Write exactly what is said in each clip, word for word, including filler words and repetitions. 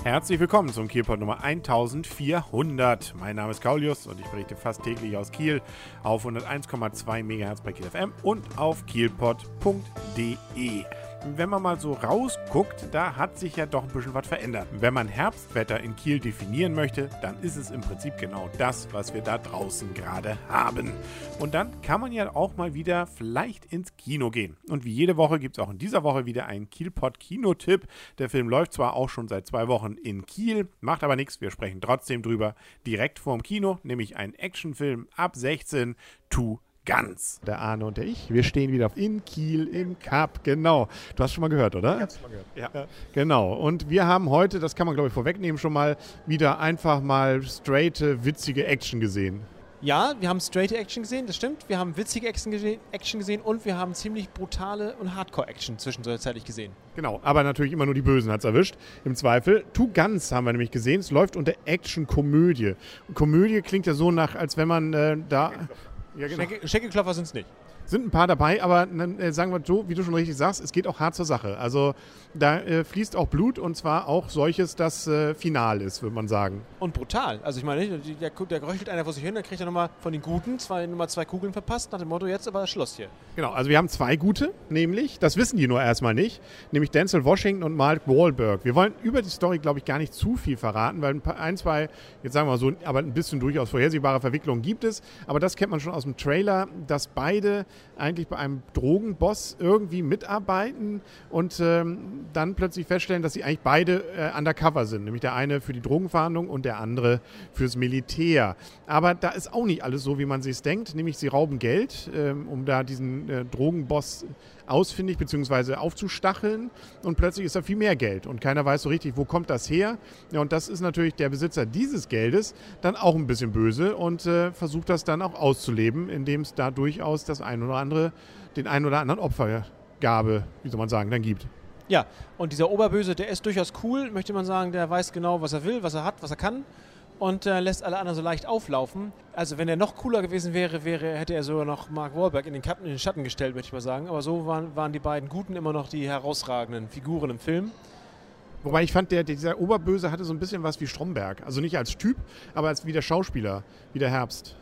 Herzlich willkommen zum Kielpot Nummer eintausendvierhundert. Mein Name ist Kaulius und ich berichte fast täglich aus Kiel auf hunderteins Komma zwei Megahertz bei Kiel F M und auf kielpot punkt de. Wenn man mal so rausguckt, da hat sich ja doch ein bisschen was verändert. Wenn man Herbstwetter in Kiel definieren möchte, dann ist es im Prinzip genau das, was wir da draußen gerade haben. Und dann kann man ja auch mal wieder vielleicht ins Kino gehen. Und wie jede Woche gibt es auch in dieser Woche wieder einen Kielpot-Kinotipp. Der Film läuft zwar auch schon seit zwei Wochen in Kiel, macht aber nichts, wir sprechen trotzdem drüber. Direkt vorm Kino, nämlich ein Actionfilm ab sechzehn, Two Guns. Der Arne und der ich, wir stehen wieder in Kiel im Cup, genau. Du hast schon mal gehört, oder? Ich hab's schon mal gehört. Ja. ja. Genau. Und wir haben heute, das kann man glaube ich vorwegnehmen, schon mal wieder einfach mal straighte, witzige Action gesehen. Ja, wir haben straighte Action gesehen, das stimmt. Wir haben witzige Action gesehen und wir haben ziemlich brutale und Hardcore-Action zwischenzeitlich gesehen. Genau, aber natürlich immer nur die Bösen hat's erwischt, im Zweifel. Two Guns haben wir nämlich gesehen, es läuft unter Action-Komödie. Komödie klingt ja so nach, als wenn man äh, da... Ja, genau. Schenkelklopfer sind es nicht. Sind ein paar dabei, aber äh, sagen wir so, wie du schon richtig sagst, es geht auch hart zur Sache. Also da äh, fließt auch Blut und zwar auch solches, das äh, final ist, würde man sagen. Und brutal. Also ich meine, der, der röchelt einer vor sich hin, dann kriegt er nochmal von den Guten zwei, nochmal zwei Kugeln verpasst, nach dem Motto, jetzt aber Schluss hier. Genau, also wir haben zwei Gute, nämlich, das wissen die nur erstmal nicht, nämlich Denzel Washington und Mark Wahlberg. Wir wollen über die Story, glaube ich, gar nicht zu viel verraten, weil ein, paar, ein, zwei, jetzt sagen wir mal so, aber ein bisschen durchaus vorhersehbare Verwicklungen gibt es. Aber das kennt man schon aus dem Trailer, dass beide eigentlich bei einem Drogenboss irgendwie mitarbeiten und ähm, dann plötzlich feststellen, dass sie eigentlich beide äh, undercover sind. Nämlich der eine für die Drogenfahndung und der andere fürs Militär. Aber da ist auch nicht alles so, wie man sich es denkt. Nämlich sie rauben Geld, ähm, um da diesen äh, Drogenboss ausfindig bzw. aufzustacheln und plötzlich ist da viel mehr Geld und keiner weiß so richtig, wo kommt das her. Ja, und das ist natürlich der Besitzer dieses Geldes dann auch ein bisschen böse und äh, versucht das dann auch auszuleben, indem es da durchaus das ein oder andere, den ein oder anderen Opfergabe, wie soll man sagen, dann gibt. Ja, und dieser Oberböse, der ist durchaus cool, möchte man sagen, der weiß genau, was er will, was er hat, was er kann. Und äh, lässt alle anderen so leicht auflaufen. Also wenn er noch cooler gewesen wäre, wäre hätte er sogar noch Mark Wahlberg in den, Kappen, in den Schatten gestellt, möchte ich mal sagen. Aber so waren, waren die beiden Guten immer noch die herausragenden Figuren im Film. Wobei ich fand, der, dieser Oberböse hatte so ein bisschen was wie Stromberg. Also nicht als Typ, aber als wie der Schauspieler, wie der Herbst.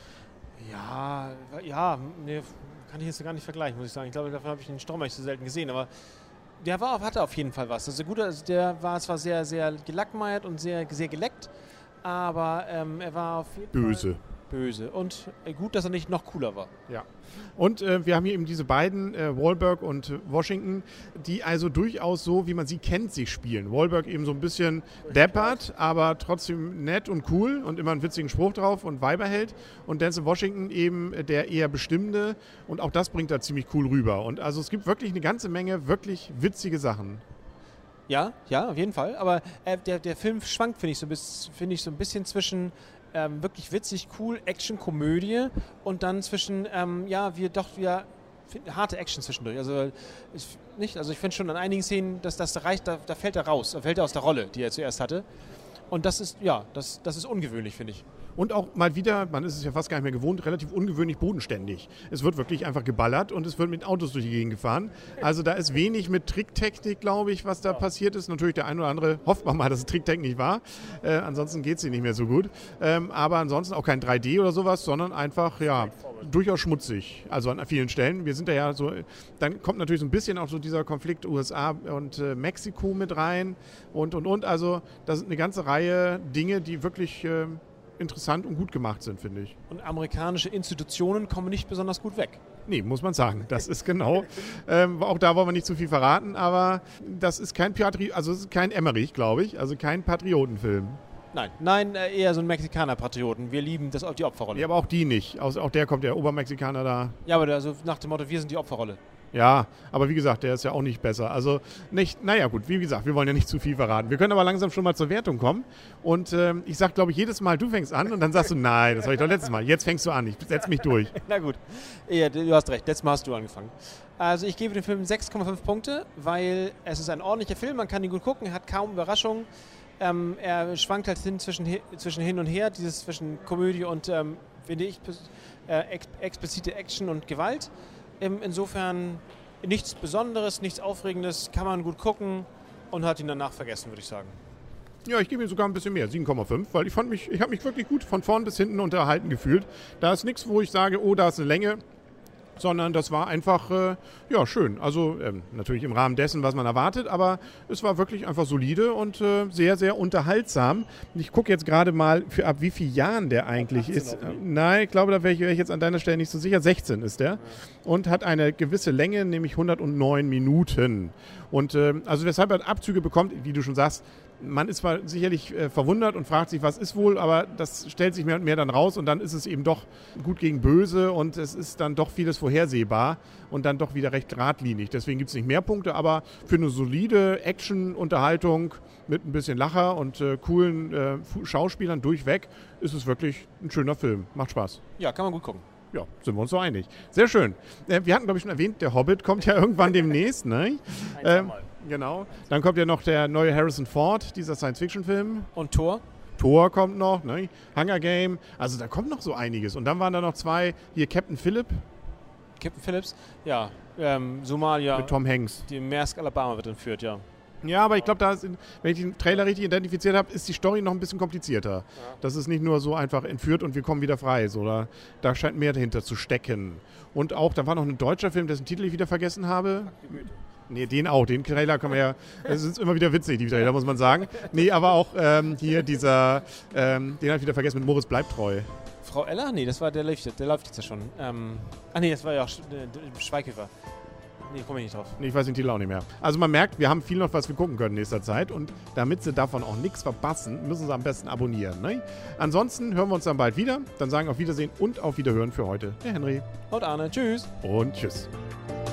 Ja, ja, nee, kann ich jetzt gar nicht vergleichen, muss ich sagen. Ich glaube, davon habe ich den Stromberg so selten gesehen, aber der war, hatte auf jeden Fall was. Also gut, also der war zwar sehr, sehr gelackmeiert und sehr, sehr geleckt, aber ähm, er war auf jeden böse. Fall böse. Und äh, gut, dass er nicht noch cooler war. Ja. Und äh, wir haben hier eben diese beiden, äh, Wahlberg und äh, Washington, die also durchaus so, wie man sie kennt, sich spielen. Wahlberg eben so ein bisschen deppert, aber trotzdem nett und cool und immer einen witzigen Spruch drauf und Weiber hält. Und Denzel Washington eben der eher Bestimmte und auch das bringt er ziemlich cool rüber. Und also es gibt wirklich eine ganze Menge wirklich witzige Sachen. Ja, ja, auf jeden Fall. Aber äh, der, der Film schwankt, finde ich, so bis, find ich, so ein bisschen zwischen ähm, wirklich witzig, cool, Action, Komödie und dann zwischen, ähm, ja, wir doch wieder harte Action zwischendurch. Also ich, nicht, also ich finde schon an einigen Szenen, dass das reicht, da, da fällt er raus, da fällt er aus der Rolle, die er zuerst hatte. Und das ist, ja, das, das ist ungewöhnlich, finde ich. Und auch mal wieder, man ist es ja fast gar nicht mehr gewohnt, relativ ungewöhnlich bodenständig. Es wird wirklich einfach geballert und es wird mit Autos durch die Gegend gefahren. Also da ist wenig mit Tricktechnik, glaube ich, was da ja. passiert ist. Natürlich der ein oder andere hofft man mal, dass es Tricktechnik war. Äh, ansonsten geht es nicht mehr so gut. Ähm, aber ansonsten auch kein drei D oder sowas, sondern einfach, ja, durchaus schmutzig. Also an vielen Stellen. Wir sind da ja so, dann kommt natürlich so ein bisschen auch so dieser Konflikt U S A und äh, Mexiko mit rein und, und, und. Also da sind eine ganze Reihe Dinge, die wirklich äh, interessant und gut gemacht sind, finde ich. Und amerikanische Institutionen kommen nicht besonders gut weg. Nee, muss man sagen. Das ist genau. ähm, auch da wollen wir nicht zu viel verraten, aber das ist kein Patri- also es ist kein Emmerich, glaube ich, also kein Patriotenfilm. Nein, nein, eher so ein Mexikaner-Patrioten. Wir lieben das, die Opferrolle. Ja, aber auch die nicht. Auch der kommt, der Obermexikaner da. Ja, aber also nach dem Motto, wir sind die Opferrolle. Ja, aber wie gesagt, der ist ja auch nicht besser. Also, nicht, naja gut, wie gesagt, wir wollen ja nicht zu viel verraten. Wir können aber langsam schon mal zur Wertung kommen. Und ähm, ich sage, glaube ich, jedes Mal, du fängst an und dann sagst du, nein, das habe ich doch letztes Mal. Jetzt fängst du an, ich setze mich durch. Na gut, ja, du hast recht, letztes Mal hast du angefangen. Also ich gebe dem Film sechs Komma fünf Punkte, weil es ist ein ordentlicher Film, man kann ihn gut gucken, hat kaum Überraschungen. Ähm, er schwankt halt hin zwischen, zwischen hin und her, dieses zwischen Komödie und, ähm, finde ich, äh, ex- explizite Action und Gewalt. Ähm, insofern nichts Besonderes, nichts Aufregendes, kann man gut gucken und hat ihn danach vergessen, würde ich sagen. Ja, ich gebe ihm sogar ein bisschen mehr, sieben Komma fünf, weil ich fand mich, ich habe mich wirklich gut von vorn bis hinten unterhalten gefühlt. Da ist nichts, wo ich sage, oh, da ist eine Länge, sondern das war einfach, äh, ja, schön. Also ähm, natürlich im Rahmen dessen, was man erwartet, aber es war wirklich einfach solide und äh, sehr, sehr unterhaltsam. Ich gucke jetzt gerade mal, für ab wie vielen Jahren der eigentlich ist. Äh, nein, ich glaube, da wäre ich, wär ich jetzt an deiner Stelle nicht so sicher. sechzehn ist der. Ja. Und hat eine gewisse Länge, nämlich hundertneun Minuten. Und äh, also weshalb er Abzüge bekommt, wie du schon sagst, man ist zwar sicherlich äh, verwundert und fragt sich, was ist wohl, aber das stellt sich mehr und mehr dann raus und dann ist es eben doch gut gegen böse und es ist dann doch vieles vorhersehbar und dann doch wieder recht geradlinig. Deswegen gibt es nicht mehr Punkte, aber für eine solide Action-Unterhaltung mit ein bisschen Lacher und äh, coolen äh, Schauspielern durchweg ist es wirklich ein schöner Film. Macht Spaß. Ja, kann man gut gucken. Ja, sind wir uns so einig. Sehr schön. Äh, wir hatten, glaube ich, schon erwähnt, der Hobbit kommt ja irgendwann demnächst, ne? Ähm, genau. Dann kommt ja noch der neue Harrison Ford, dieser Science-Fiction-Film. Und Thor? Thor kommt noch, ne? Hunger Game. Also da kommt noch so einiges. Und dann waren da noch zwei, hier Captain Phillip. Captain Phillips? Ja, ähm, Somalia. Mit Tom Hanks. Die Maersk, Alabama wird entführt, ja. Ja, aber ich glaube, da ist, wenn ich den Trailer richtig identifiziert habe, ist die Story noch ein bisschen komplizierter. Ja. Das ist nicht nur so einfach entführt und wir kommen wieder frei. So, da, da scheint mehr dahinter zu stecken. Und auch, da war noch ein deutscher Film, dessen Titel ich wieder vergessen habe. Nee, den auch. Den Trailer kann man ja, das ist immer wieder witzig, die Trailer, muss man sagen. Nee, aber auch ähm, hier dieser, ähm, den habe ich wieder vergessen, mit Moritz bleibt treu. Frau Eller? Nee, das war, der läuft, der läuft jetzt ja schon. Ähm, ach nee, das war ja auch äh, Schweighöfer. Nee, komme ich nicht drauf. Nee, ich weiß den Titel auch nicht mehr. Also man merkt, wir haben viel noch, was wir gucken können in nächster Zeit. Und damit Sie davon auch nichts verpassen, müssen Sie am besten abonnieren. Ne? Ansonsten hören wir uns dann bald wieder. Dann sagen auf Wiedersehen und auf Wiederhören für heute der Henry. Und Arne. Tschüss. Und tschüss.